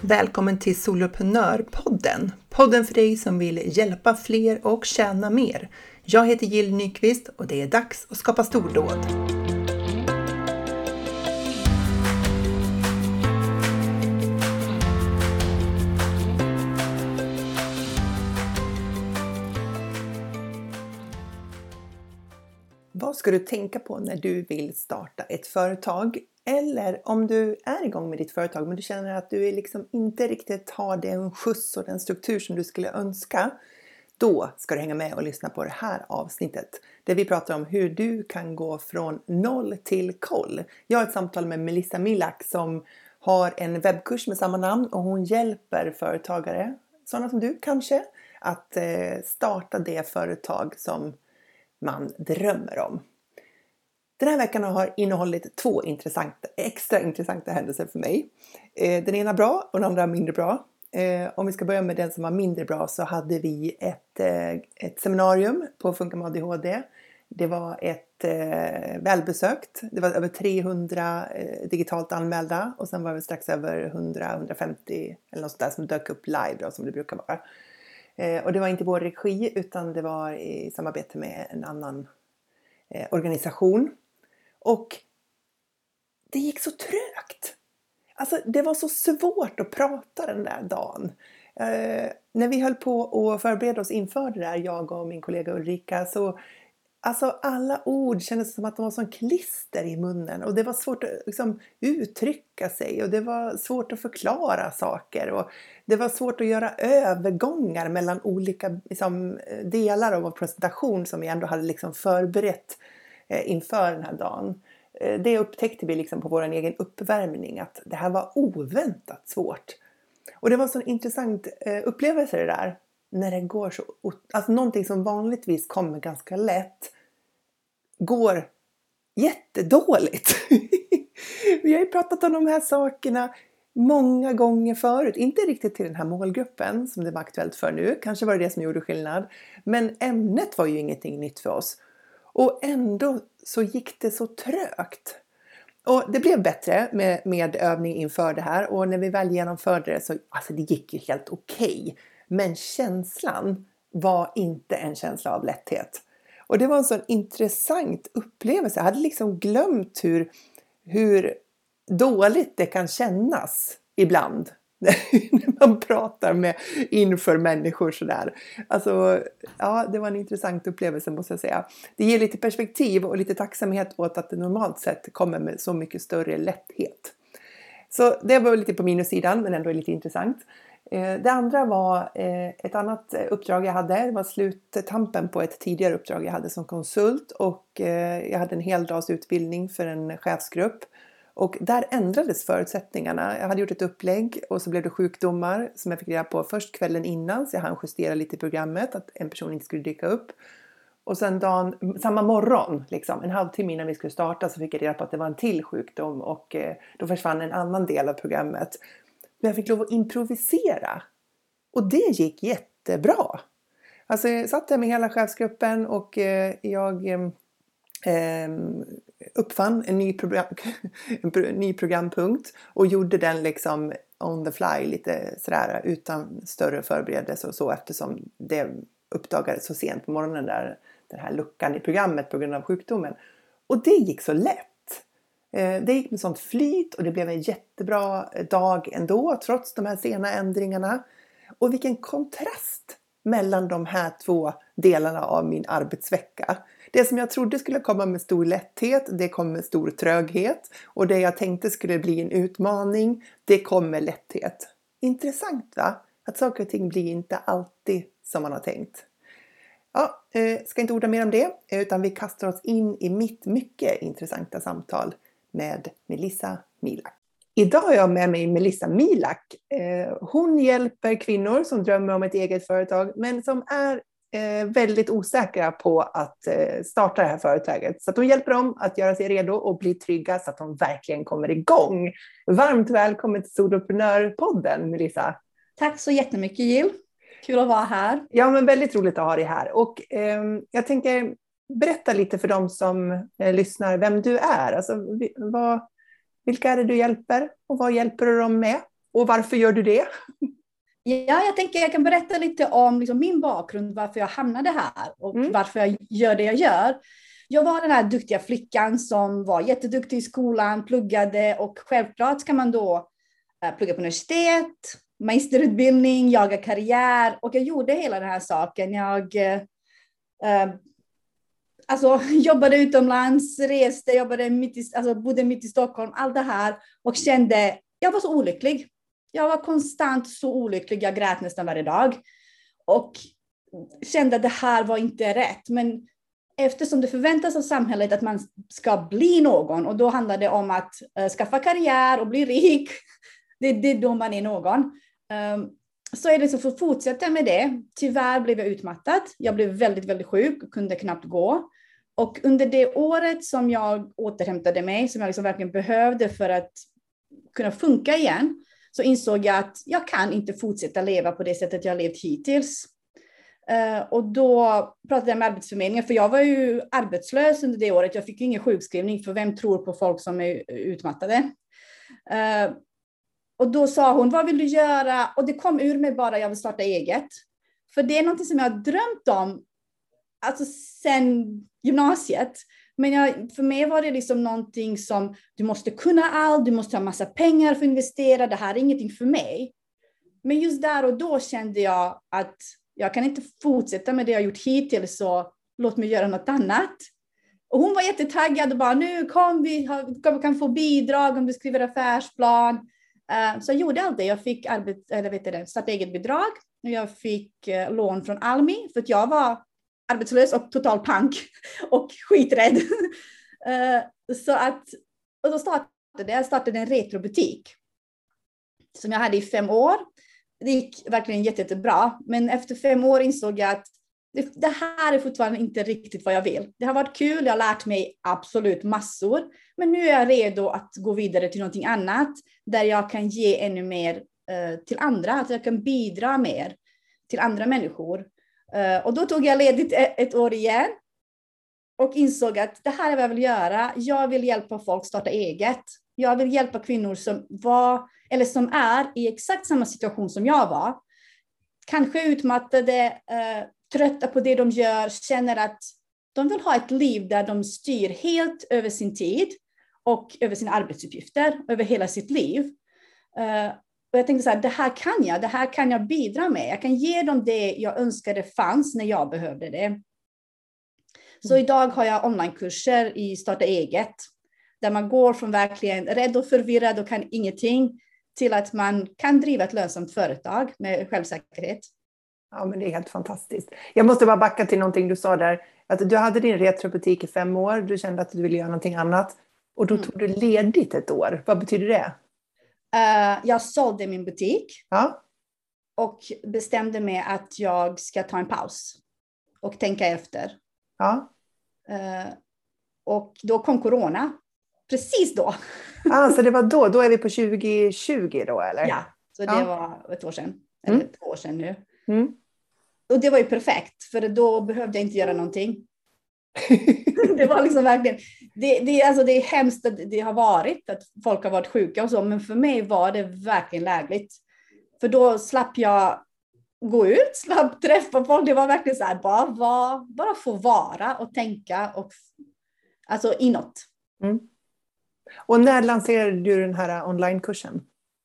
Välkommen till Soloprenörpodden. Podden för dig som vill hjälpa fler och tjäna mer. Jag heter Jill Nyqvist och det är dags att skapa stordåd. Vad ska du tänka på när du vill starta ett företag? Eller om du är igång med ditt företag men du känner att du liksom inte riktigt har den skjuts och den struktur som du skulle önska. Då ska du hänga med och lyssna på det här avsnittet. Där vi pratar om hur du kan gå från noll till koll. Jag har ett samtal med Melissa Milak som har en webbkurs med samma namn. Och hon hjälper företagare, sådana som du kanske, att starta det företag som man drömmer om. Den här veckan har innehållit två extra intressanta händelser för mig. Den ena bra och den andra mindre bra. Om vi ska börja med den som var mindre bra så hade vi ett seminarium på Funka med ADHD. Det var ett välbesökt. Det var över 300 digitalt anmälda och sen var det strax över 100-150 eller något sånt där som dök upp live då, som det brukar vara. Och det var inte vår regi utan det var i samarbete med en annan organisation. Och det gick så trögt. Alltså det var så svårt att prata den där dagen. När vi höll på att förbereda oss inför det där, jag och min kollega Ulrika, så alltså alla ord kändes som att de var som klister i munnen. Och det var svårt att liksom uttrycka sig och det var svårt att förklara saker. Och det var svårt att göra övergångar mellan olika liksom, delar av vår presentation som vi ändå hade liksom förberett inför den här dagen. Det upptäckte vi liksom på vår egen uppvärmning att det här var oväntat svårt. Och det var så en intressant upplevelse det där. När det går så, alltså någonting som vanligtvis kommer ganska lätt går jättedåligt. Vi har ju pratat om de här sakerna många gånger förut. Inte riktigt till den här målgruppen som det var aktuellt för nu. Kanske var det som gjorde skillnad. Men ämnet var ju ingenting nytt för oss. Och ändå så gick det så trögt. Och det blev bättre med övning inför det här. Och när vi väl genomförde det så alltså det gick ju helt okej. Men känslan var inte en känsla av lätthet. Och det var en sån intressant upplevelse. Jag hade liksom glömt hur dåligt det kan kännas ibland. När man pratar inför människor sådär. Alltså, ja, det var en intressant upplevelse måste jag säga. Det ger lite perspektiv och lite tacksamhet åt att det normalt sett kommer med så mycket större lätthet. Så det var lite på minussidan men ändå lite intressant. Det andra var ett annat uppdrag jag hade. Det var sluttampen på ett tidigare uppdrag jag hade som konsult. Och jag hade en heldagsutbildning för en chefsgrupp. Och där ändrades förutsättningarna. Jag hade gjort ett upplägg och så blev det sjukdomar som jag fick reda på först kvällen innan. Så jag hann justera lite i programmet att en person inte skulle dyka upp. Och sen samma morgon, liksom, en halvtimme innan vi skulle starta så fick jag reda på att det var en till sjukdom. Och då försvann en annan del av programmet. Men jag fick lov att improvisera. Och det gick jättebra. Alltså jag satt där med hela chefsgruppen och jag uppfann en ny programpunkt. Och gjorde den liksom on the fly lite sådär utan större förberedelse och så. Eftersom det uppdagades så sent på morgonen där den här luckan i programmet på grund av sjukdomen. Och det gick så lätt. Det gick med sånt flyt och det blev en jättebra dag ändå trots de här sena ändringarna. Och vilken kontrast mellan de här två delarna av min arbetsvecka. Det som jag trodde skulle komma med stor lätthet, det kom med stor tröghet. Och det jag tänkte skulle bli en utmaning, det kom med lätthet. Intressant va? Att saker och ting blir inte alltid som man har tänkt. Ja, ska inte orda mer om det utan vi kastar oss in i mitt mycket intressanta samtal med Melissa Milak. Idag har jag med mig Melissa Milak. Hon hjälper kvinnor som drömmer om ett eget företag men som är väldigt osäkra på att starta det här företaget. Så att hon hjälper dem att göra sig redo och bli trygga så att de verkligen kommer igång. Varmt välkommen till Soloprenörpodden, Melissa. Tack så jättemycket Jill. Kul att vara här. Ja, men väldigt roligt att ha dig här. Och jag tänker berätta lite för dem som lyssnar vem du är. Alltså, vilka är det du hjälper och vad hjälper du dem med? Och varför gör du det? Ja, jag tänker jag kan berätta lite om liksom, min bakgrund, varför jag hamnade här och varför jag gör det jag gör. Jag var den här duktiga flickan som var jätteduktig i skolan, pluggade och självklart ska man då plugga på universitet, magisterutbildning, jaga karriär och jag gjorde hela den här saken. Jag jobbade utomlands, reste, bodde mitt i Stockholm, allt det här och kände, jag var så olycklig. Jag var konstant så olycklig, jag grät nästan varje dag och kände att det här var inte rätt. Men eftersom det förväntas av samhället att man ska bli någon och då handlar det om att skaffa karriär och bli rik. Det är då man är någon. Så är det så för att fortsätta med det. Tyvärr blev jag utmattad. Jag blev väldigt, väldigt sjuk och kunde knappt gå. Och under det året som jag återhämtade mig, som jag liksom verkligen behövde för att kunna funka igen, så insåg jag att jag kan inte fortsätta leva på det sättet jag levt hittills. Och då pratade jag med Arbetsförmedlingen, för jag var ju arbetslös under det året. Jag fick ju ingen sjukskrivning, för vem tror på folk som är utmattade? Och då sa hon, vad vill du göra? Och det kom ur mig bara, jag vill starta eget. För det är något som jag har drömt om alltså sen gymnasiet. Men för mig var det liksom någonting som, du måste kunna allt, du måste ha massa pengar för att investera. Det här är ingenting för mig. Men just där och då kände jag att jag kan inte fortsätta med det jag gjort hittills, så låt mig göra något annat. Och hon var jättetaggad och bara, nu vi kan få bidrag om du skriver affärsplan. Så jag gjorde allt det. Jag fick starta eget bidrag. Och jag fick lån från Almi för att jag var arbetslös och total pank och skiträdd. Och då startade en retrobutik som jag hade i 5 år. Det gick verkligen jättebra. Men efter 5 år insåg jag att det här är fortfarande inte riktigt vad jag vill. Det har varit kul, jag har lärt mig absolut massor. Men nu är jag redo att gå vidare till någonting annat. Där jag kan ge ännu mer till andra. Att jag kan bidra mer till andra människor. Och då tog jag ledigt ett år igen. Och insåg att det här är vad jag vill göra. Jag vill hjälpa folk starta eget. Jag vill hjälpa kvinnor som är i exakt samma situation som jag var. Kanske utmattade, trötta på det de gör, känner att de vill ha ett liv där de styr helt över sin tid och över sina arbetsuppgifter, över hela sitt liv. Och jag tänkte så här, det här kan jag bidra med. Jag kan ge dem det jag önskade fanns när jag behövde det. Så idag har jag onlinekurser i starta eget, där man går från verkligen rädd och förvirrad och kan ingenting till att man kan driva ett lönsamt företag med självsäkerhet. Ja, men det är helt fantastiskt. Jag måste bara backa till någonting du sa där. Att du hade din retrobutik i 5 år. Du kände att du ville göra någonting annat. Och då tog du ledigt ett år. Vad betyder det? Jag sålde min butik. Ja. Och bestämde mig att jag ska ta en paus. Och tänka efter. Ja. Och då kom corona. Precis då. Så det var då. Då är vi på 2020 då, eller? Ja, så det var ett år sedan. Eller 2 år sedan nu. Och det var ju perfekt. För då behövde jag inte göra någonting. Det var liksom verkligen. Det är hemskt att det har varit. Att folk har varit sjuka och så. Men för mig var det verkligen lägligt. För då slapp jag gå ut. Slapp träffa folk. Det var verkligen så här. Bara få vara och tänka. Och, alltså inåt. Och när lanserade du den här onlinekursen?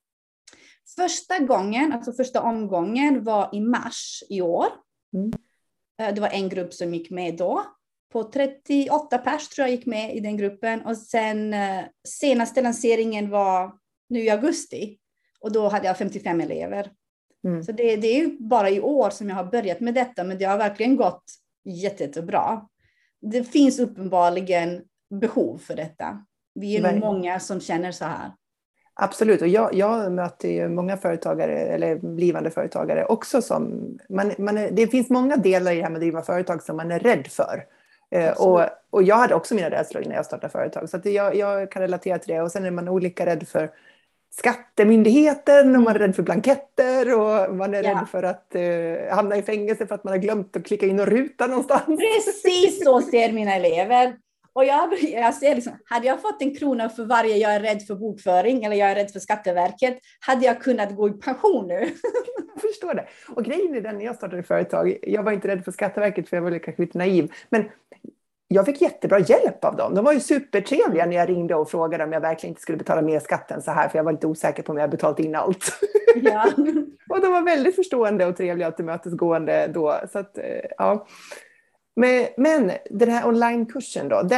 Första omgången var i mars i år. Det var en grupp som gick med då. På 38 pers tror jag gick med i den gruppen. Och sen senaste lanseringen var nu i augusti. Och då hade jag 55 elever. Så det är ju bara i år som jag har börjat med detta. Men det har verkligen gått jättebra. Det finns uppenbarligen behov för detta. Vi är nog många som känner så här. Absolut, och jag möter ju många företagare eller blivande företagare också som det finns många delar i det här med att driva företag som man är rädd för. Och jag hade också mina rädslor när jag startade företag, så att jag kan relatera till det. Och sen är man olika rädd för skattemyndigheten och man är rädd för blanketter och man är rädd för att hamna i fängelse för att man har glömt att klicka in och ruta någonstans. Precis så ser mina elever. Och jag ser liksom, hade jag fått en krona för varje jag är rädd för bokföring eller jag är rädd för Skatteverket, hade jag kunnat gå i pension nu. Jag förstår det. Och grejen är den, när jag startade företag, jag var inte rädd för Skatteverket för jag var kanske lite naiv. Men jag fick jättebra hjälp av dem. De var ju supertrevliga när jag ringde och frågade om jag verkligen inte skulle betala mer skatt än så här. För jag var lite osäker på om jag hade betalat in allt. Ja. Och de var väldigt förstående och trevliga och tillmötesgående då. Så att, ja. Men den här onlinekursen då,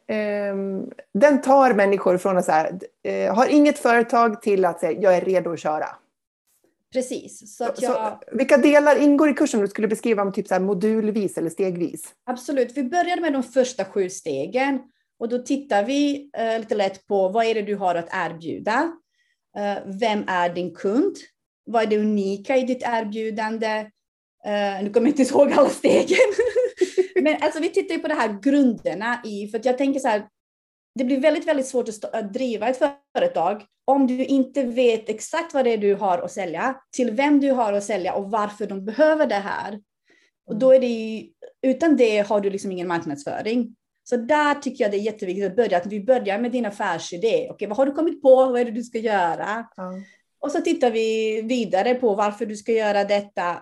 den tar människor från att så här, har inget företag till att säga jag är redo att köra. Precis. Så vilka delar ingår i kursen du skulle beskriva om typ så här modulvis eller stegvis? Absolut. Vi börjar med de första 7 stegen. Och då tittar vi lite lätt på vad är det du har att erbjuda? Vem är din kund? Vad är det unika i ditt erbjudande? Nu kommer jag inte ihåg alla stegen. Men alltså, vi tittar ju på de här grunderna för att jag tänker så här, det blir väldigt, väldigt svårt att driva ett företag om du inte vet exakt vad det är du har att sälja, till vem du har att sälja och varför de behöver det här. Och då är det ju, utan det har du liksom ingen marknadsföring. Så där tycker jag det är jätteviktigt att börja. Att vi börjar med din affärsidé. Okej, vad har du kommit på? Vad är det du ska göra? Och så tittar vi vidare på varför du ska göra detta.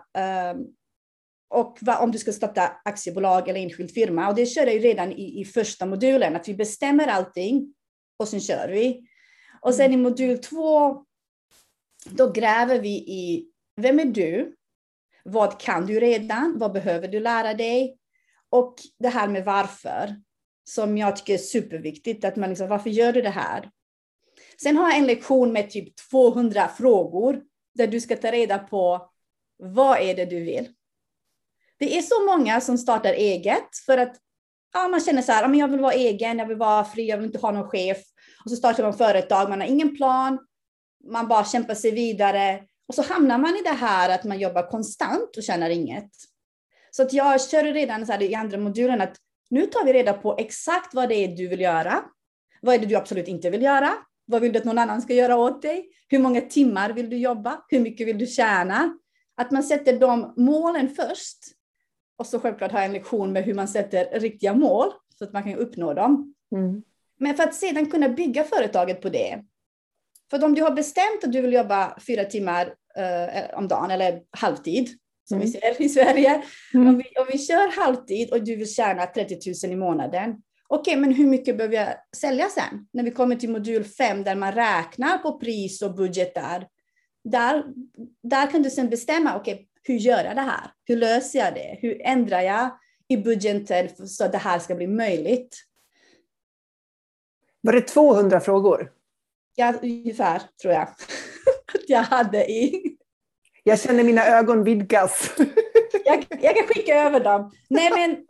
Och om du ska starta aktiebolag eller enskild firma. Och det kör jag ju redan i första modulen. Att vi bestämmer allting. Och sen kör vi. Och sen i modul 2. Då gräver vi i vem är du? Vad kan du redan? Vad behöver du lära dig? Och det här med varför. Som jag tycker är superviktigt. Att man liksom, varför gör du det här? Sen har jag en lektion med typ 200 frågor. Där du ska ta reda på vad är det du vill. Det är så många som startar eget. För att man känner så här. Jag vill vara egen, jag vill vara fri, jag vill inte ha någon chef. Och så startar man företag, man har ingen plan. Man bara kämpar sig vidare. Och så hamnar man i det här att man jobbar konstant och tjänar inget. Så att jag kör redan så här i andra modulen att nu tar vi reda på exakt vad det är du vill göra. Vad är det du absolut inte vill göra? Vad vill du att någon annan ska göra åt dig? Hur många timmar vill du jobba? Hur mycket vill du tjäna? Att man sätter de målen först. Och så självklart har jag en lektion med hur man sätter riktiga mål. Så att man kan uppnå dem. Men för att sedan kunna bygga företaget på det. För om du har bestämt att du vill jobba 4 timmar om dagen eller halvtid. Som vi ser i Sverige. Om vi kör halvtid och du vill tjäna 30 000 i månaden. Okej, men hur mycket behöver jag sälja sen? När vi kommer till modul 5 där man räknar på pris och budget där kan du sen bestämma, okej, hur gör jag det här? Hur löser jag det? Hur ändrar jag i budgeten så att det här ska bli möjligt? Var det 200 frågor? Ja, ungefär tror jag. Att jag hade i... Jag känner mina ögon vidgas. jag kan skicka över dem. Nej, men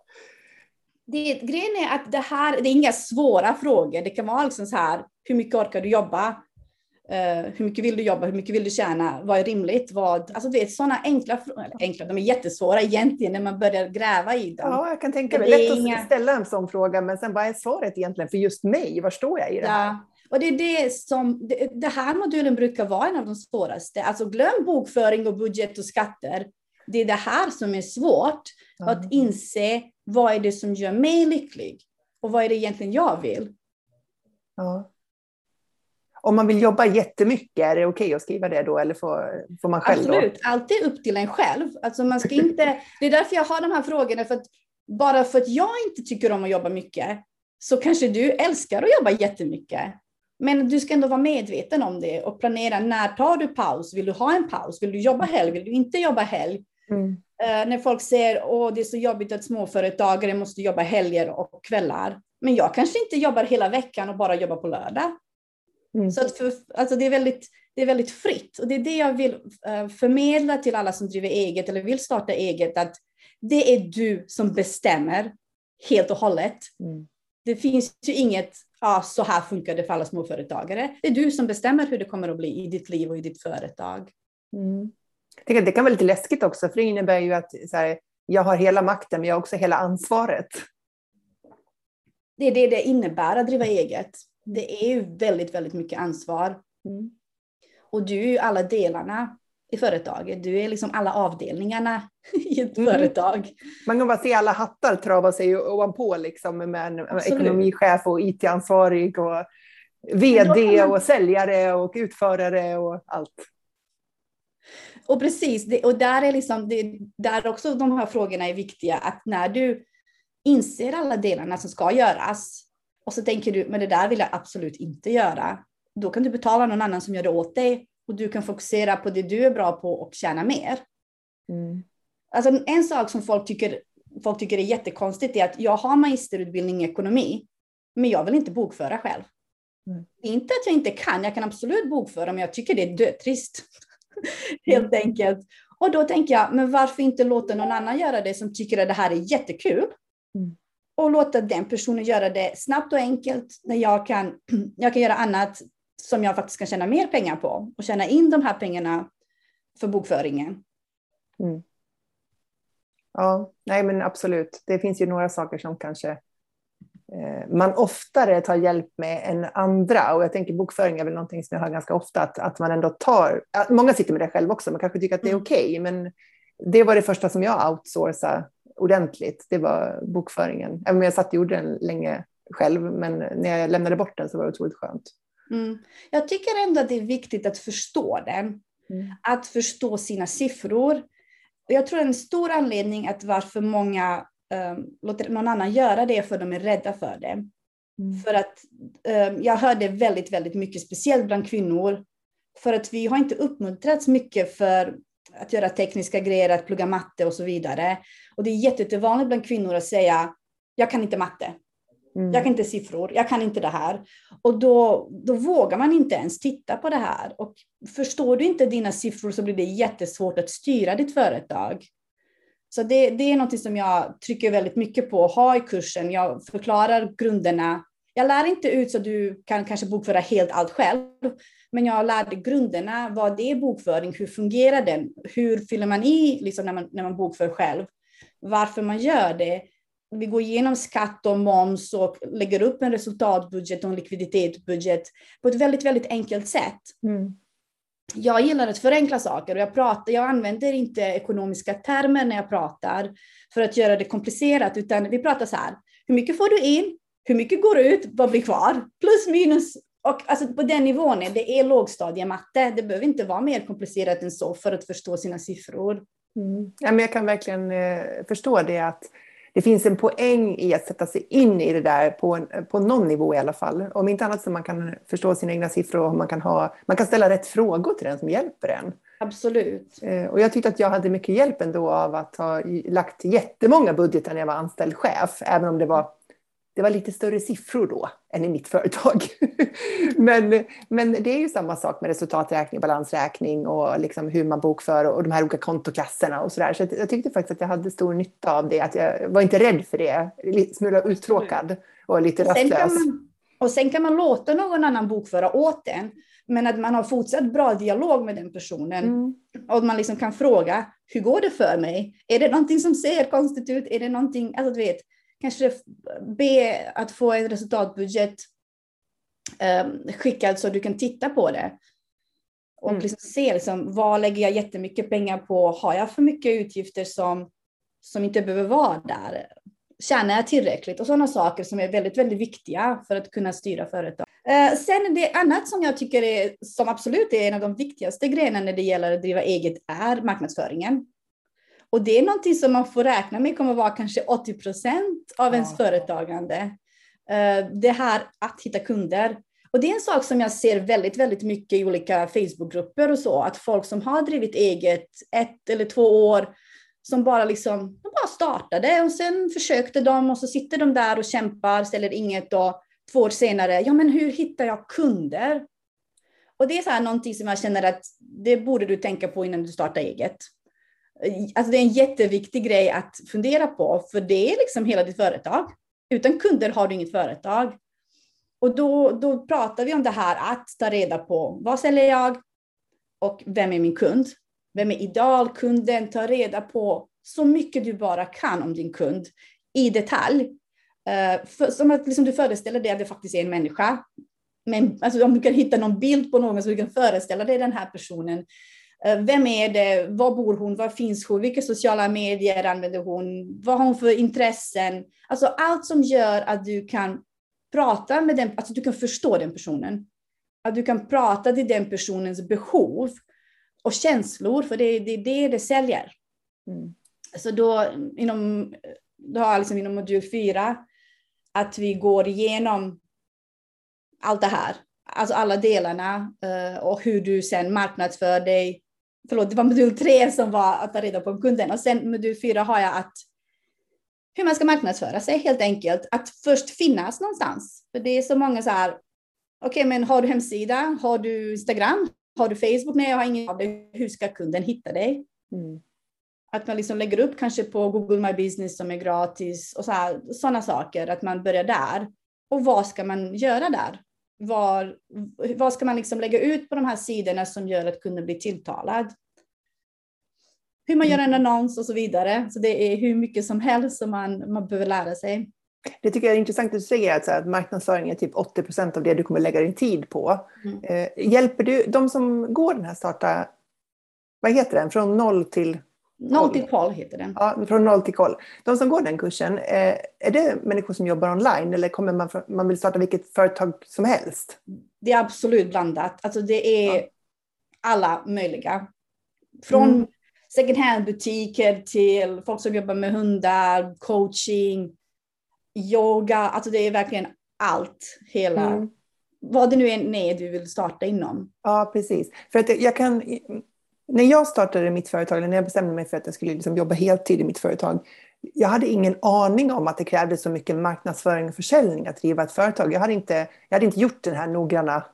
grejen är att det är inga svåra frågor. Det kan vara liksom så här, hur mycket orkar du jobba? Hur mycket vill du jobba? Hur mycket vill du tjäna? Vad är rimligt? Alltså det är sådana enkla frågor. Enkla, de är jättesvåra egentligen när man börjar gräva i dem. Ja, jag kan tänka mig. Lätt att ställa en sån fråga, men sen vad är svaret egentligen för just mig? Var står jag i det här? Ja. Och det är det som, det här modulen brukar vara en av de svåraste. Alltså glöm bokföring och budget och skatter. Det är det här som är svårt. Att inse vad är det som gör mig lycklig. Och vad är det egentligen jag vill. Ja. Om man vill jobba jättemycket, är det okej att skriva det då? Eller får man själv Absolut, då? alltid upp till en själv. Alltså man ska inte, det är därför jag har de här frågorna. För att, bara för att jag inte tycker om att jobba mycket. Så kanske du älskar att jobba jättemycket. Men du ska ändå vara medveten om det och planera. När tar du paus? Vill du ha en paus? Vill du jobba helg? Vill du inte jobba helg? När folk säger det är så jobbigt att småföretagare måste jobba helger och kvällar. Men jag kanske inte jobbar hela veckan och bara jobbar på lördag. Så att alltså det är väldigt fritt. Och det är det jag vill förmedla till alla som driver eget eller vill starta eget. Att det är du som bestämmer helt och hållet. Det finns ju inget, så här funkar det för alla småföretagare. Det är du som bestämmer hur det kommer att bli i ditt liv och i ditt företag. Jag tänker att det kan vara lite läskigt också. För det innebär ju att så här, jag har hela makten men jag har också hela ansvaret. Det är det innebär att driva eget. Det är ju väldigt, väldigt mycket ansvar. Och du är ju alla delarna i företaget. Du är liksom alla avdelningarna i ett företag. Man kan bara se alla hattar trava sig ovanpå liksom, med en ekonomichef och IT-ansvarig och vd och säljare och utförare och allt. Och precis, och där är liksom, där också de här frågorna är viktiga, att när du inser alla delarna som ska göras och så tänker du, men det där vill jag absolut inte göra, då kan du betala någon annan som gör det åt dig och du kan fokusera på det du är bra på och tjäna mer. Alltså en sak som folk tycker är jättekonstigt är att jag har magisterutbildning i ekonomi, men jag vill inte bokföra själv. Inte att jag inte kan, jag kan absolut bokföra, men jag tycker det är dötrist. Helt enkelt. Och då tänker jag, men varför inte låta någon annan göra det som tycker att det här är jättekul? Och låta den personen göra det snabbt och enkelt, när jag kan göra annat som jag faktiskt kan tjäna mer pengar på och tjäna in de här pengarna för bokföringen. Ja, nej men absolut. Det finns ju några saker som kanske man oftare tar hjälp med än andra. Och jag tänker bokföring är väl någonting som jag hör ganska ofta. Att man ändå tar, många sitter med det själv också. Man kanske tycker att det är okej, men det var det första som jag outsourcade ordentligt. Det var bokföringen. Även om jag satt och gjorde den länge själv. Men när jag lämnade bort den så var det otroligt skönt. Jag tycker ändå att det är viktigt att förstå den. Att förstå sina siffror. Jag tror en stor anledning att varför många låter någon annan göra det, för de är rädda för det. För att jag hörde väldigt, väldigt mycket, speciellt bland kvinnor, för att vi har inte uppmuntrats mycket för att göra tekniska grejer, att plugga matte och så vidare. Och det är jättevanligt bland kvinnor att säga, jag kan inte matte. Jag kan inte siffror, jag kan inte det här. Och då vågar man inte ens titta på det här. Och förstår du inte dina siffror så blir det jättesvårt att styra ditt företag. Så det är något som jag trycker väldigt mycket på att ha i kursen. Jag förklarar grunderna. Jag lär inte ut så du kan kanske bokföra helt allt själv. Men jag lär dig grunderna, vad det är bokföring, hur fungerar den? Hur fyller man i liksom när man bokför själv? Varför man gör det? Vi går igenom skatt och moms och lägger upp en resultatbudget och en likviditetsbudget på ett väldigt, väldigt enkelt sätt. Jag gillar att förenkla saker och jag använder inte ekonomiska termer när jag pratar för att göra det komplicerat, utan vi pratar så här: hur mycket får du in? Hur mycket går ut? Vad blir kvar? Plus minus. Och alltså på den nivån det är lågstadiematte. Det behöver inte vara mer komplicerat än så för att förstå sina siffror. Ja, men jag kan verkligen förstå det, att det finns en poäng i att sätta sig in i det där på någon nivå i alla fall. Om inte annat så man kan förstå sina egna siffror och man kan ställa rätt frågor till den som hjälper en. Absolut. Och jag tyckte att jag hade mycket hjälp ändå av att ha lagt jättemånga budgetar när jag var anställd chef. Även om det var lite större siffror då än i mitt företag. men det är ju samma sak med resultaträkning, balansräkning och liksom hur man bokför och de här olika kontoklasserna och sådär. Så jag tyckte faktiskt att jag hade stor nytta av det. Att jag var inte rädd för det. Smula uttråkad och lite rastlös. Och sen kan man låta någon annan bokföra åt en. Men att man har fortsatt bra dialog med den personen. Och man liksom kan fråga, hur går det för mig? Är det någonting som ser konstigt ut? Är det någonting, alltså du vet, kanske be att få en resultatbudget skickad så du kan titta på det. Och liksom se liksom, vad lägger jag jättemycket pengar på? Har jag för mycket utgifter som inte behöver vara där? Tjänar jag tillräckligt? Och sådana saker som är väldigt, väldigt viktiga för att kunna styra företag. Sen det annat som jag tycker som absolut är en av de viktigaste grejerna när det gäller att driva eget är marknadsföringen. Och det är någonting som man får räkna med kommer vara kanske 80% av ens företagande. Det här att hitta kunder. Och det är en sak som jag ser väldigt, väldigt mycket i olika Facebookgrupper och så. Att folk som har drivit eget 1 eller 2 år, som bara startade och sen försökte de och så sitter de där och kämpar, ställer inget och 2 år senare, ja men hur hittar jag kunder? Och det är så här någonting som jag känner att det borde du tänka på innan du startar eget. Alltså det är en jätteviktig grej att fundera på, för det är liksom hela ditt företag. Utan kunder har du inget företag. Och då pratar vi om det här att ta reda på vad säljer jag och vem är min kund? Vem är idealkunden? Ta reda på så mycket du bara kan om din kund i detalj. Som att liksom du föreställer dig att det faktiskt är en människa. Men alltså om du kan hitta någon bild på någon så du kan föreställa dig den här personen. Vem är det? Var bor hon? Var finns hon? Vilka sociala medier använder hon? Vad har hon för intressen? Alltså allt som gör att du kan prata med den, alltså du kan förstå den personen. Att du kan prata till den personens behov och känslor, för det är det säljer. Så då har jag liksom inom modul 4 att vi går igenom allt det här. Alltså alla delarna och hur du sen marknadsför dig. Förlåt, det var modul 3 som var att ta reda på kunden. Och sen modul 4 har jag att hur man ska marknadsföra sig helt enkelt. Att först finnas någonstans. För det är så många så här, okej, men har du hemsida? Har du Instagram? Har du Facebook? Nej, jag har ingen av det. Hur ska kunden hitta dig? Att man liksom lägger upp kanske på Google My Business som är gratis. Och sådana saker. Att man börjar där. Och vad ska man göra där? Vad ska man liksom lägga ut på de här sidorna som gör att kunden blir tilltalad? Hur man gör en annons och så vidare. Så det är hur mycket som helst som man behöver lära sig. Det tycker jag är intressant att du säger att marknadsföring är typ 80% av det du kommer lägga din tid på. Hjälper du de som går den här starta, vad heter den? Från 0 till 0 till koll heter den. Ja, från 0 till koll. De som går den kursen, är det människor som jobbar online eller kommer man vill starta vilket företag som helst? Det är absolut blandat. Alltså det är alla möjliga. Från second hand butiker till folk som jobbar med hundar, coaching, yoga. Alltså det är verkligen allt. Hela. Vad det nu är du vill starta inom. Ja, precis. För att när jag startade mitt företag, eller när jag bestämde mig för att jag skulle liksom jobba heltid i mitt företag, jag hade ingen aning om att det krävdes så mycket marknadsföring och försäljning att driva ett företag. Jag hade inte gjort den här noggranna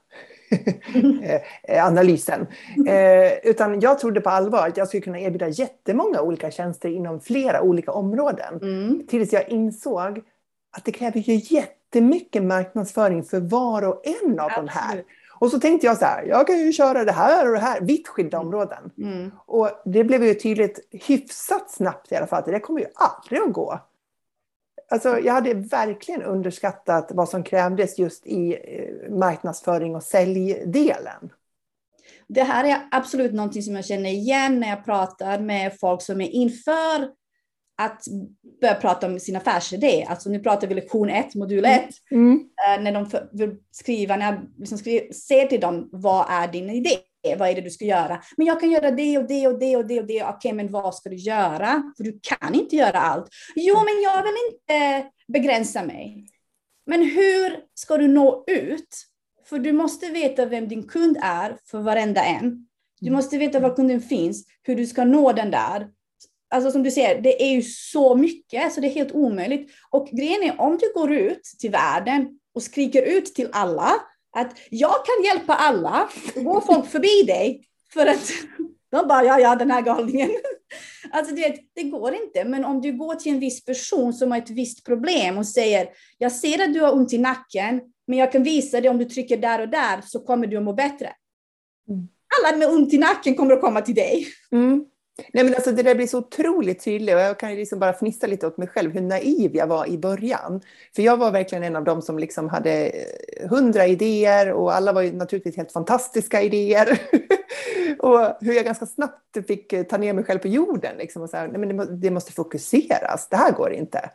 analysen. Utan jag trodde på allvar att jag skulle kunna erbjuda jättemånga olika tjänster inom flera olika områden. Tills jag insåg att det kräver ju jättemycket marknadsföring för var och en av de här. Och så tänkte jag så här, jag kan ju köra det här och det här, vitt skilda områden. Och det blev ju tydligt hyfsat snabbt i alla fall, att det kommer ju aldrig att gå. Alltså jag hade verkligen underskattat vad som krävdes just i marknadsföring och säljdelen. Det här är absolut någonting som jag känner igen när jag pratar med folk som är inför att börja prata om sin affärsidé. Alltså nu pratar vi lektion 1, modul 1. När de vill skriva, när jag liksom ser till dem, vad är din idé? Vad är det du ska göra? Men jag kan göra det och det och det och det och det. Okej, men vad ska du göra? För du kan inte göra allt. Jo, men jag vill inte begränsa mig. Men hur ska du nå ut? För du måste veta vem din kund är för varenda en. Du måste veta var kunden finns, hur du ska nå den där. Alltså som du ser, det är ju så mycket så det är helt omöjligt. Och grejen är, om du går ut till världen och skriker ut till alla att jag kan hjälpa alla, då går folk förbi dig för att de bara, ja den här galningen. Alltså det går inte. Men om du går till en viss person som har ett visst problem och säger, jag ser att du har ont i nacken, men jag kan visa dig om du trycker där och där så kommer du att må bättre. Alla med ont i nacken kommer att komma till dig. Nej, men alltså det där blir så otroligt tydligt och jag kan ju liksom bara fnissa lite åt mig själv hur naiv jag var i början. För jag var verkligen en av dem som liksom hade 100 idéer och alla var ju naturligtvis helt fantastiska idéer. Och hur jag ganska snabbt fick ta ner mig själv på jorden liksom och säga, nej men det måste fokuseras, det här går inte.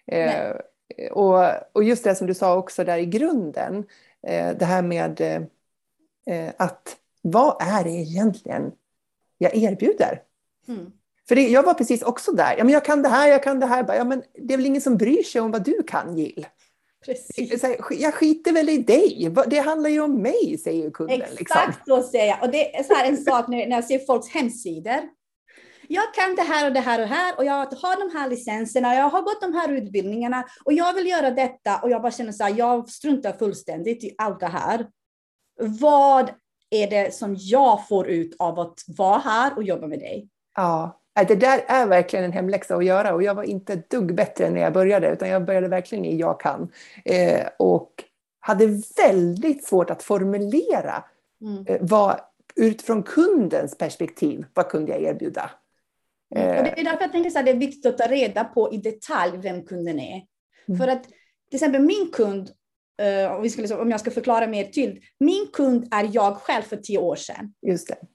Och just det som du sa också där i grunden, det här med att vad är det egentligen jag erbjuder? För jag var precis också där. Ja, men jag kan det här. Ja, men det är väl ingen som bryr sig om vad du kan, Jill. Precis. Jag skiter väl i dig. Det handlar ju om mig, säger kunden. Exakt så säger jag. Och det är så här en sak när jag ser folks hemsidor. Jag kan det här och det här och här. Och jag har de här licenserna. Jag har gått de här utbildningarna. Och jag vill göra detta. Och jag bara känner så här, jag struntar fullständigt i allt det här. Vad är det som jag får ut av att vara här och jobba med dig? Ja, det där är verkligen en hemläxa att göra och jag var inte ett dugg bättre när jag började utan jag började verkligen i jag kan och hade väldigt svårt att formulera vad utifrån kundens perspektiv, vad kunde jag erbjuda? Och det är därför jag tänkte att det är viktigt att ta reda på i detalj vem kunden är. För att till exempel min kund, om jag ska förklara mer tydligt, min kund är jag själv för 10 år sedan. Just det.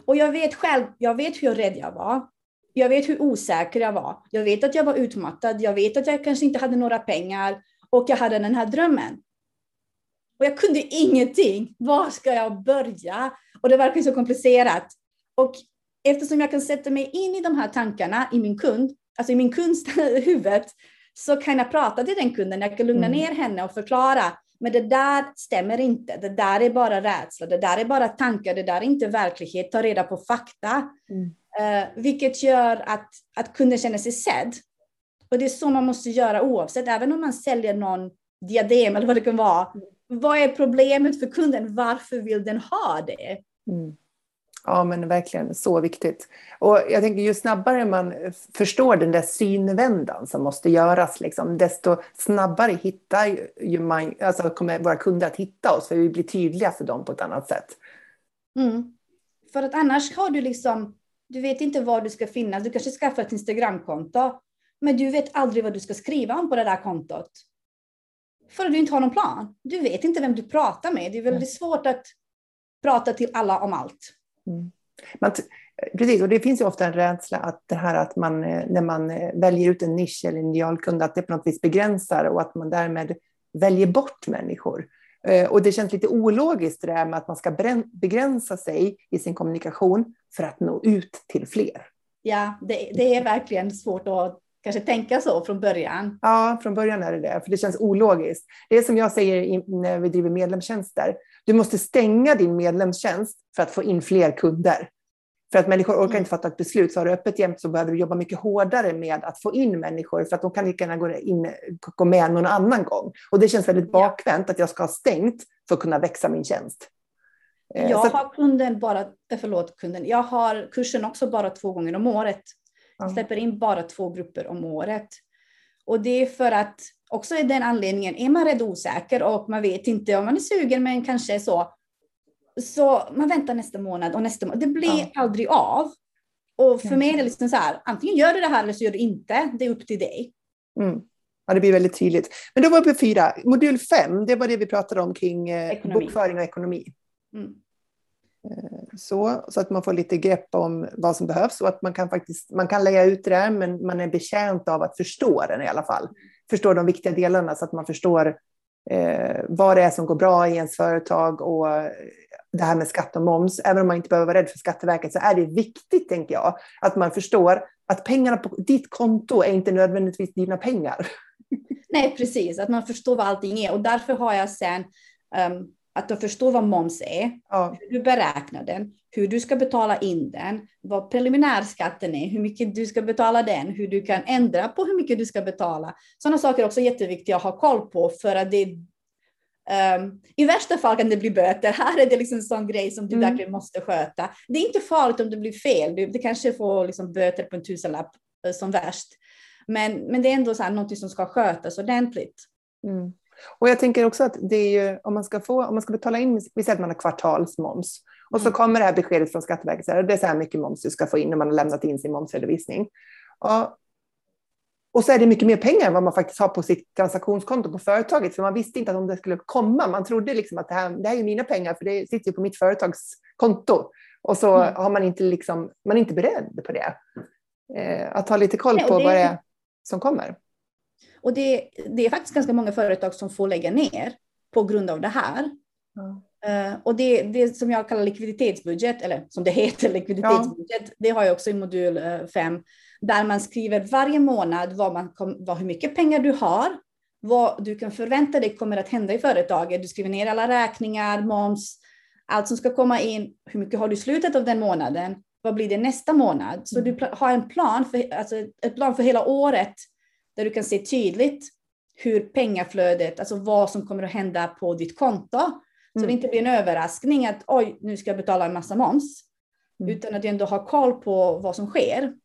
Och jag vet själv, jag vet hur rädd jag var. Jag vet hur osäker jag var. Jag vet att jag var utmattad. Jag vet att jag kanske inte hade några pengar. Och jag hade den här drömmen. Och jag kunde ingenting. Var ska jag börja? Och det var så komplicerat. Och eftersom jag kan sätta mig in i de här tankarna i min kund, alltså i min kunds huvud, så kan jag prata till den kunden. Jag kan lugna ner henne och förklara. Men det där stämmer inte. Det där är bara rädsla. Det där är bara tankar. Det där är inte verklighet. Ta reda på fakta. Vilket gör att kunden känner sig sedd. Och det är så man måste göra oavsett. Även om man säljer någon diadem eller vad det kan vara. Vad är problemet för kunden? Varför vill den ha det? Ja, men verkligen så viktigt. Och jag tänker ju snabbare man förstår den där synvändan som måste göras, liksom, desto snabbare kommer våra kunder att hitta oss, för vi blir tydliga för dem på ett annat sätt. För att annars har du vet inte var du ska finnas. Du kanske skaffar ett Instagramkonto, men du vet aldrig vad du ska skriva om på det där kontot. För att du inte har någon plan. Du vet inte vem du pratar med. Det är väldigt svårt att prata till alla om allt. Precis, och det finns ju ofta en rädsla att man, när man väljer ut en nisch eller en idealkund, att det på något vis begränsar och att man därmed väljer bort människor. Och det känns lite ologiskt det där med att man ska begränsa sig i sin kommunikation för att nå ut till fler. Ja, det är verkligen svårt att kanske tänka så från början. Ja, från början är det, för det känns ologiskt. Det är som jag säger när vi driver medlemstjänster. Du måste stänga din medlemstjänst för att få in fler kunder. För att människor orkar inte fatta ett beslut. Så har du öppet jämt så behöver du jobba mycket hårdare med att få in människor. För att de kan lika gärna gå med någon annan gång. Och det känns väldigt bakvänt att jag ska ha stängt för att kunna växa min tjänst. Jag har kursen också bara 2 gånger om året. Jag släpper in bara 2 grupper om året. Och det är för att också i den anledningen, är man rädd och osäker och man vet inte om man är sugen, men kanske så man väntar nästa månad och nästa månad. Det blir aldrig av. Och för mig är det liksom så här, antingen gör du det här eller så gör du inte. Det är upp till dig. Ja, det blir väldigt tydligt. Men då var vi på 4. Modul 5, det var det vi pratade om kring bokföring och ekonomi. Så att man får lite grepp om vad som behövs och att man kan lägga ut det där, men man är betjänt av att förstå den i alla fall. Förstå de viktiga delarna så att man förstår vad det är som går bra i ens företag och det här med skatt och moms. Även om man inte behöver vara rädd för Skatteverket så är det viktigt, tänker jag, att man förstår att pengarna på ditt konto är inte nödvändigtvis dina pengar. Nej, precis. Att man förstår vad allting är. Och därför har jag sen att du förstår vad moms är, hur du beräknar den, hur du ska betala in den, vad preliminärskatten är, hur mycket du ska betala den, hur du kan ändra på hur mycket du ska betala. Sådana saker är också jätteviktiga att ha koll på, för att det i värsta fall kan det bli böter. Här är det liksom en sån grej som du verkligen måste sköta. Det är inte farligt om det blir fel. Du kanske får liksom böter på en 1000-lapp som värst. Men det är ändå så här något som ska skötas ordentligt. Och jag tänker också att det är ju, om man ska betala in, vi säger att man har kvartalsmoms. Och så kommer det här beskedet från Skatteverket, så det är så här mycket moms du ska få in när man har lämnat in sin momsredovisning. Och så är det mycket mer pengar än vad man faktiskt har på sitt transaktionskonto på företaget. För man visste inte att om det skulle komma. Man trodde liksom att det här är mina pengar, för det sitter ju på mitt företagskonto. Och så har man inte man är inte beredd på det. Att ha lite koll på vad det är som kommer. Och det är faktiskt ganska många företag som får lägga ner på grund av det här. Och det som jag kallar likviditetsbudget, eller som det heter likviditetsbudget, det har jag också i modul 5. Där man skriver varje månad hur mycket pengar du har, vad du kan förvänta dig kommer att hända i företaget. Du skriver ner alla räkningar, moms, allt som ska komma in. Hur mycket har du i slutet av den månaden? Vad blir det nästa månad? Så du har en plan för hela året där du kan se tydligt hur pengaflödet, alltså vad som kommer att hända på ditt konto. Så det inte blir en överraskning att nu ska jag betala en massa moms. Utan att du ändå har koll på vad som sker.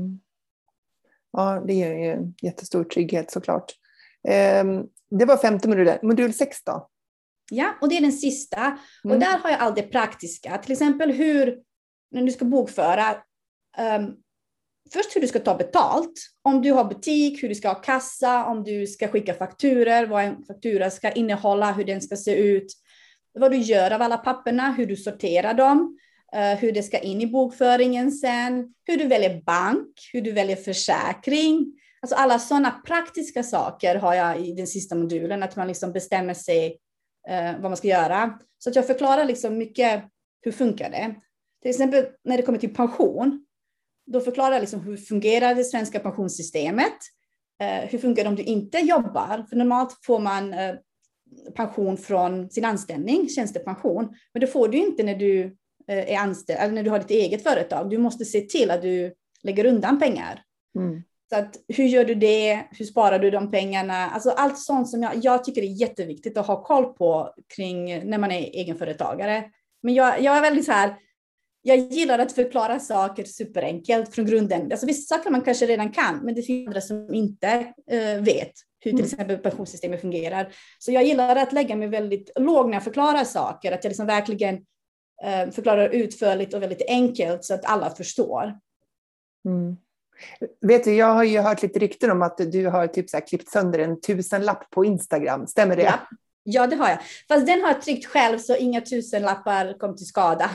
Ja, det är ju en jättestor trygghet såklart. Det var 5:e modulen. Modul 6 då? Ja, och det är den sista. Och där har jag allt det praktiska. Till exempel när du ska bokföra, först hur du ska ta betalt. Om du har butik, hur du ska ha kassa, om du ska skicka fakturer, vad en faktura ska innehålla, hur den ska se ut. Vad du gör av alla papperna, hur du sorterar dem. hur det ska in i bokföringen sen, hur du väljer bank, hur du väljer försäkring. Alltså alla sådana praktiska saker har jag i den sista modulen, att man liksom bestämmer sig vad man ska göra. Så att jag förklarar liksom mycket hur funkar det. Till exempel när det kommer till pension, då förklarar jag liksom hur fungerar det svenska pensionssystemet. Hur funkar det om du inte jobbar? För normalt får man pension från sin anställning, tjänstepension. Men det får du inte när du är anställd, eller när du har ditt eget företag. Du måste se till att du lägger undan pengar. Mm. Så att, hur gör du det? Hur sparar du de pengarna? Alltså allt sånt som jag tycker är jätteviktigt att ha koll på kring när man är egenföretagare. Men jag är väldigt så här, jag gillar att förklara saker superenkelt från grunden. Alltså vissa saker man kanske redan kan, men det finns andra som inte vet hur till exempel pensionssystemet fungerar. Så jag gillar att lägga mig väldigt låg när jag förklarar saker. Att jag liksom verkligen förklarar utförligt och väldigt enkelt så att alla förstår. Mm. Vet du, jag har ju hört lite rykten om att du har typ så här klippt sönder en 1000-lapp på Instagram. Stämmer det? Ja, det har jag. Fast den har jag tryckt själv så inga 1000-lappar kom till skada.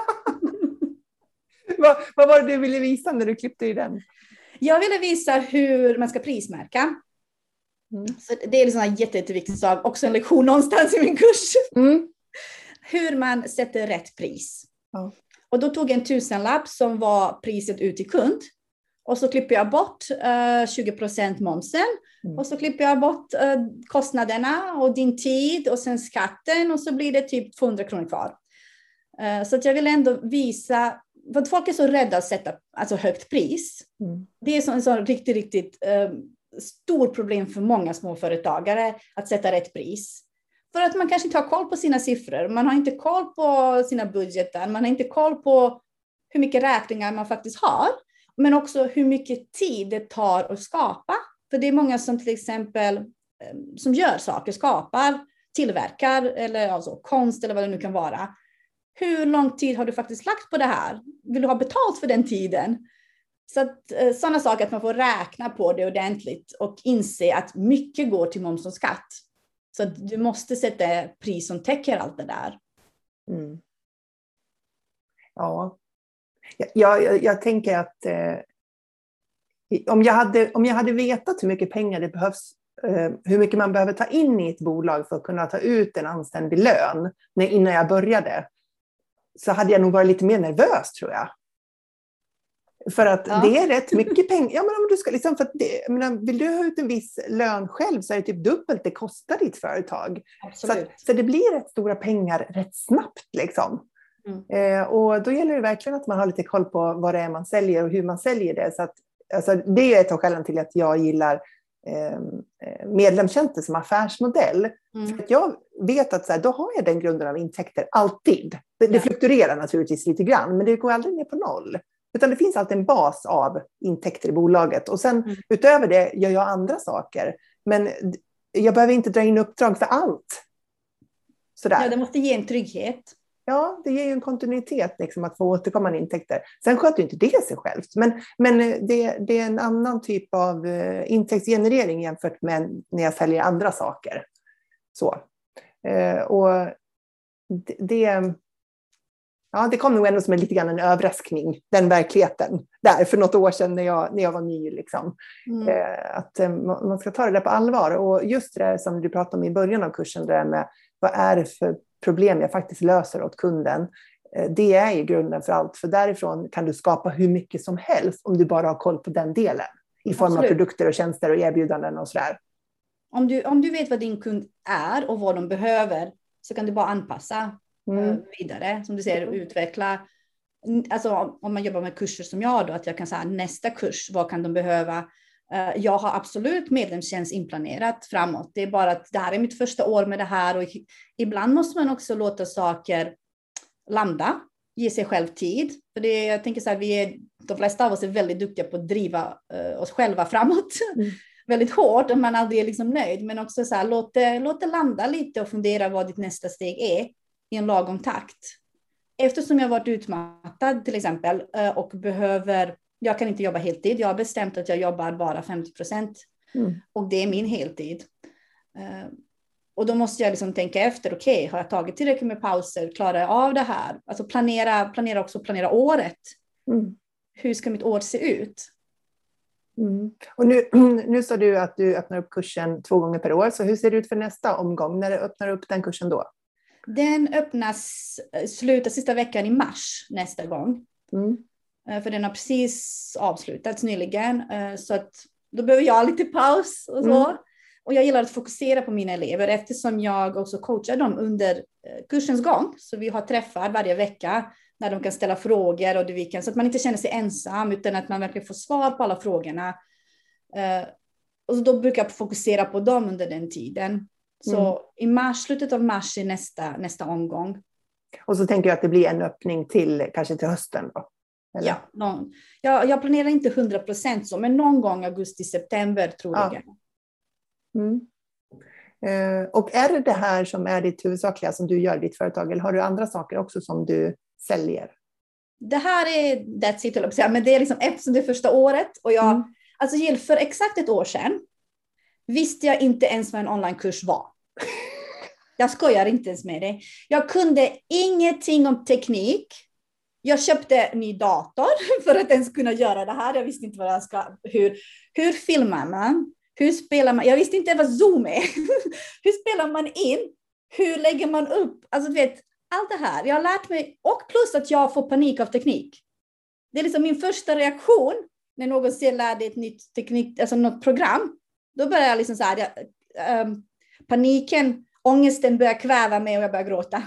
Vad var det du ville visa när du klippte i den? Jag ville visa hur man ska prismärka. Så det är en jätteviktig sak. Också en lektion någonstans i min kurs. Hur man sätter rätt pris. Ja. Och då tog jag en 1000-lapp som var priset ut till kund. Och så klipper jag bort 20% momsen. Och så klipper jag bort kostnaderna och din tid och sen skatten. Och så blir det typ 200 kronor kvar. Så att jag vill ändå visa, för att folk är så rädda att sätta alltså högt pris. Det är en sån riktigt stor problem för många småföretagare att sätta rätt pris. För att man kanske inte har koll på sina siffror. Man har inte koll på sina budgetar. Man har inte koll på hur mycket räkningar man faktiskt har. Men också hur mycket tid det tar att skapa. För det är många som till exempel som gör saker, skapar, tillverkar eller alltså konst eller vad det nu kan vara. Hur lång tid har du faktiskt lagt på det här? Vill du ha betalt för den tiden? Så att sådana saker att man får räkna på det ordentligt och inse att mycket går till moms och skatt. Så att du måste sätta pris som täcker allt det där. Ja. Jag tänker att om jag hade vetat hur mycket pengar det behövs, hur mycket man behöver ta in i ett bolag för att kunna ta ut en anständig lön innan jag började, så hade jag nog varit lite mer nervös, tror jag. För att det är rätt mycket pengar. Ja, men om du ska liksom, för att vill du ha ut en viss lön själv så är det typ dubbelt det kostar ditt företag. Så det blir rätt stora pengar rätt snabbt liksom. Och då gäller det verkligen att man har lite koll på vad det är man säljer och hur man säljer det. Så att, alltså, det är ett av skälen till att jag gillar medlemstjänster som affärsmodell. För att jag vet att så här, då har jag den grunden av intäkter alltid. Det fluktuerar naturligtvis lite grann, men det går aldrig ner på noll. Utan det finns alltid en bas av intäkter i bolaget. Och sen utöver det gör jag andra saker. Men jag behöver inte dra in uppdrag för allt. Sådär. Ja, det måste ge en trygghet. Ja, det ger ju en kontinuitet liksom, att få återkommande intäkter. Sen sköter inte det sig självt. Men det är en annan typ av intäktsgenerering jämfört med när jag säljer andra saker. Så. Och det kom nog ändå som lite grann en överraskning, den verkligheten, där för något år sedan när jag var ny. Liksom. Att man ska ta det där på allvar. Och just det där som du pratade om i början av kursen, det där med vad är det för problem jag faktiskt löser åt kunden. Det är ju grunden för allt. För därifrån kan du skapa hur mycket som helst om du bara har koll på den delen. I form av produkter och tjänster och erbjudanden och sådär. Om du vet vad din kund är och vad de behöver, så kan du bara anpassa vidare. Som du säger, utveckla. Alltså om man jobbar med kurser som jag då, att jag kan säga nästa kurs, vad kan de behöva? Jag har absolut medlemstjänst inplanerat framåt. Det är bara att det här är mitt första år med det här. Och ibland måste man också låta saker landa. Ge sig själv tid. För jag tänker så här, de flesta av oss är väldigt duktiga på att driva oss själva framåt. Väldigt hårt om man aldrig är liksom nöjd. Men också så här, låt det landa lite och fundera vad ditt nästa steg är i en lagom takt. Eftersom jag varit utmattad till exempel och jag kan inte jobba heltid. Jag har bestämt att jag jobbar bara 50%. Och det är min heltid. Och då måste jag liksom tänka efter, okej, har jag tagit tillräckligt med pauser? Klarar jag av det här? Alltså planera året. Mm. Hur ska mitt år se ut? Mm. Och nu sa du att du öppnar upp kursen 2 gånger per år. Så hur ser det ut för nästa omgång? När du öppnar upp den kursen då? Den öppnas sista veckan i mars nästa gång. Mm. För den har precis avslutats nyligen. Så att då behöver jag lite paus och så. Mm. Och jag gillar att fokusera på mina elever eftersom jag också coachar dem under kursens gång. Så vi har träffar varje vecka där de kan ställa frågor och så att man inte känner sig ensam utan att man verkligen får svar på alla frågorna. Och då brukar jag fokusera på dem under den tiden. Så i slutet av mars är nästa omgång. Och så tänker jag att det blir en öppning kanske till hösten då? Eller? Ja, jag planerar inte 100% så, men någon gång augusti-september tror jag. Mm. Och är det här som är ditt huvudsakliga som du gör i ditt företag, eller har du andra saker också som du säljer? Det här är that's it, men det är liksom eftersom det är första året och alltså Jill, för exakt ett år sedan visste jag inte ens vad en onlinekurs var. Jag skojar inte ens med det. Jag kunde ingenting om teknik. Jag köpte en ny dator för att ens kunna göra det här. Jag visste inte vad jag ska, hur filmar man? Hur spelar man? Jag visste inte vad Zoom är. Hur spelar man in? Hur lägger man upp? Alltså du vet, allt det här. Jag har lärt mig, och plus att jag får panik av teknik. Det är liksom min första reaktion när någon säger lär dig ett nytt teknik, alltså något program. Då börjar jag liksom så här, paniken, ångesten börjar kväva mig och jag börjar gråta.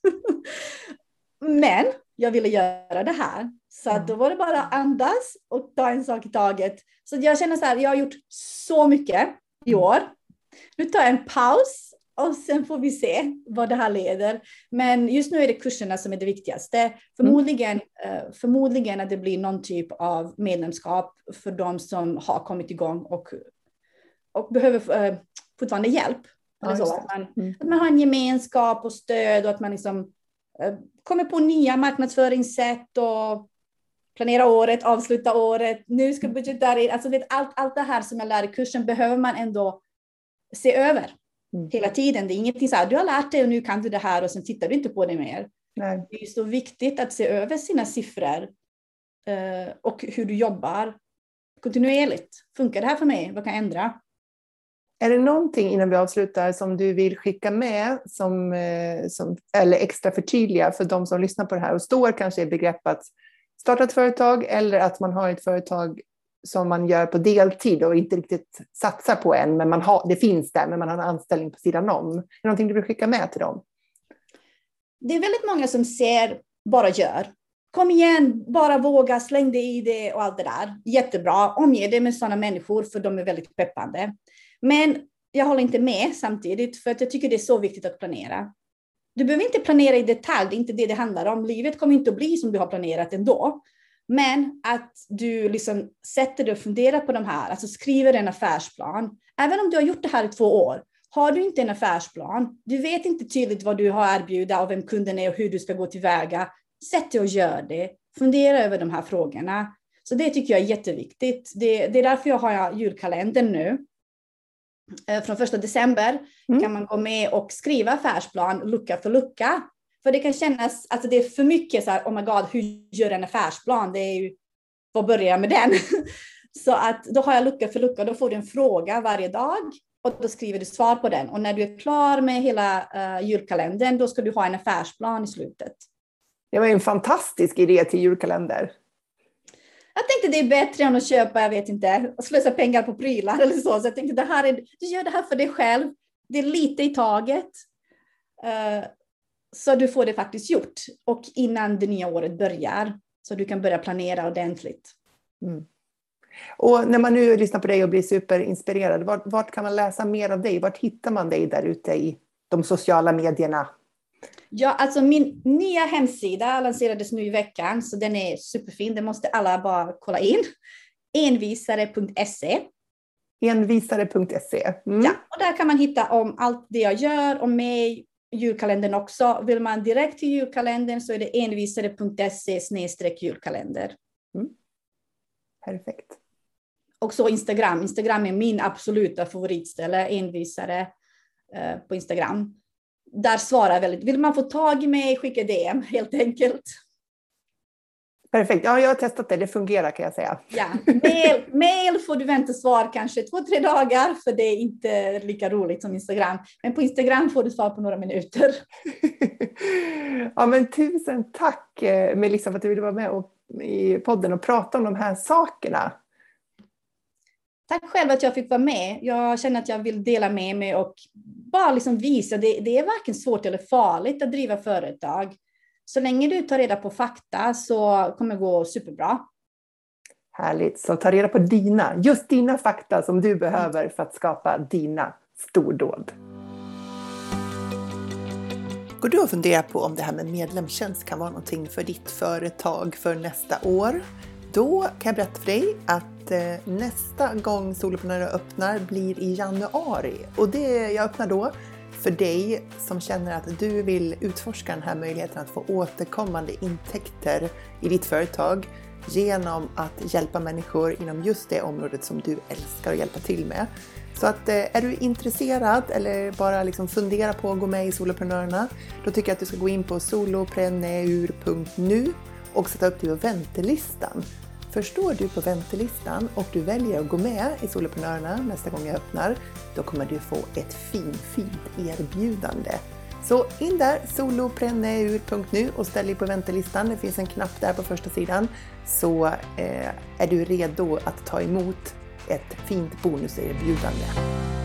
Men jag ville göra det här. Så att då var det bara att andas och ta en sak i taget. Så jag känner så här, jag har gjort så mycket i år. Nu tar jag en paus och sen får vi se vad det här leder. Men just nu är det kurserna som är det viktigaste. Förmodligen att det blir någon typ av medlemskap för de som har kommit igång och behöver fortfarande hjälp. Eller så, att man har en gemenskap och stöd och att man liksom kommer på nya marknadsföringssätt och planera året, avsluta året. Nu ska budgetera. Alltså allt det här som jag lär i kursen behöver man ändå se över hela tiden. Det är ingenting så här, du har lärt dig och nu kan du det här och sen tittar du inte på det mer. Nej. Det är så viktigt att se över sina siffror och hur du jobbar kontinuerligt. Funkar det här för mig? Vad kan jag ändra? Är det någonting innan vi avslutar som du vill skicka med eller extra förtydliga för de som lyssnar på det här och står kanske i begrepp att starta ett företag eller att man har ett företag som man gör på deltid och inte riktigt satsar på än, men det finns där, men man har en anställning på sidan om. Är det någonting du vill skicka med till dem? Det är väldigt många som ser, bara gör. Kom igen, bara våga, släng dig i det och allt det där. Jättebra, omge dig med sådana människor för de är väldigt peppande. Men jag håller inte med samtidigt för att jag tycker det är så viktigt att planera. Du behöver inte planera i detalj, det är inte det handlar om. Livet kommer inte att bli som du har planerat ändå. Men att du liksom sätter dig och funderar på de här, alltså skriver en affärsplan. Även om du har gjort det här i 2 år, har du inte en affärsplan, du vet inte tydligt vad du har erbjuda och vem kunden är och hur du ska gå tillväga. Sätt dig och gör det. Fundera över de här frågorna. Så det tycker jag är jätteviktigt. Det är därför jag har julkalendern nu. Från 1 december kan man gå med och skriva affärsplan lucka för lucka. För det kan kännas, alltså det är för mycket så här, oh my god, hur gör en affärsplan? Det är ju, vad börjar jag med den? Så att då har jag lucka för lucka, då får du en fråga varje dag och då skriver du svar på den. Och när du är klar med hela julkalendern, då ska du ha en affärsplan i slutet. Det var en fantastisk idé till julkalender. Jag tänkte det är bättre än att köpa, jag vet inte, slösa pengar på prylar eller så. Så jag tänkte du gör det här för dig själv. Det är lite i taget. Så du får det faktiskt gjort. Och innan det nya året börjar. Så du kan börja planera ordentligt. Mm. Och när man nu lyssnar på dig och blir superinspirerad. Vart kan man läsa mer av dig? Vart hittar man dig där ute i de sociala medierna? Ja, alltså min nya hemsida lanserades nu i veckan. Så den är superfin. Det måste alla bara kolla in. Envisare.se. Envisare.se. Mm. Ja, och där kan man hitta om allt det jag gör. Om mig, julkalendern också. Vill man direkt till julkalendern så är det envisare.se/julkalender. Mm. Perfekt. Och så Instagram. Instagram är min absoluta favoritställe. Envisare. på Instagram. Där svarar jag väldigt. Vill man få tag i mig, skicka DM helt enkelt. Perfekt. Ja, jag har testat det. Det fungerar kan jag säga. Ja, mail får du vänta svar kanske 2-3 dagar. För det är inte lika roligt som Instagram. Men på Instagram får du svar på några minuter. Ja, men tusen tack Melissa för att du ville vara med i podden och prata om de här sakerna. Tack själv att jag fick vara med. Jag känner att jag vill dela med mig och bara liksom visa. Det är varken svårt eller farligt att driva företag. Så länge du tar reda på fakta så kommer det gå superbra. Härligt. Så ta reda på just dina fakta som du behöver för att skapa dina stordåd. Går du och funderar på om det här med medlemstjänst kan vara någonting för ditt företag för nästa år? Då kan jag berätta för dig att nästa gång Soloprenörer öppnar blir i januari. Och det jag öppnar då för dig som känner att du vill utforska den här möjligheten att få återkommande intäkter i ditt företag genom att hjälpa människor inom just det området som du älskar att hjälpa till med. Så att är du intresserad eller bara liksom funderar på att gå med i Soloprenörerna, då tycker jag att du ska gå in på solopreneur.nu och sätta upp dig på väntelistan. Förstår du på väntelistan och du väljer att gå med i Soloprenörerna nästa gång jag öppnar, då kommer du få ett fint erbjudande. Så in där, solopreneur.nu och ställ dig på väntelistan. Det finns en knapp där på första sidan. Så är du redo att ta emot ett fint bonuserbjudande.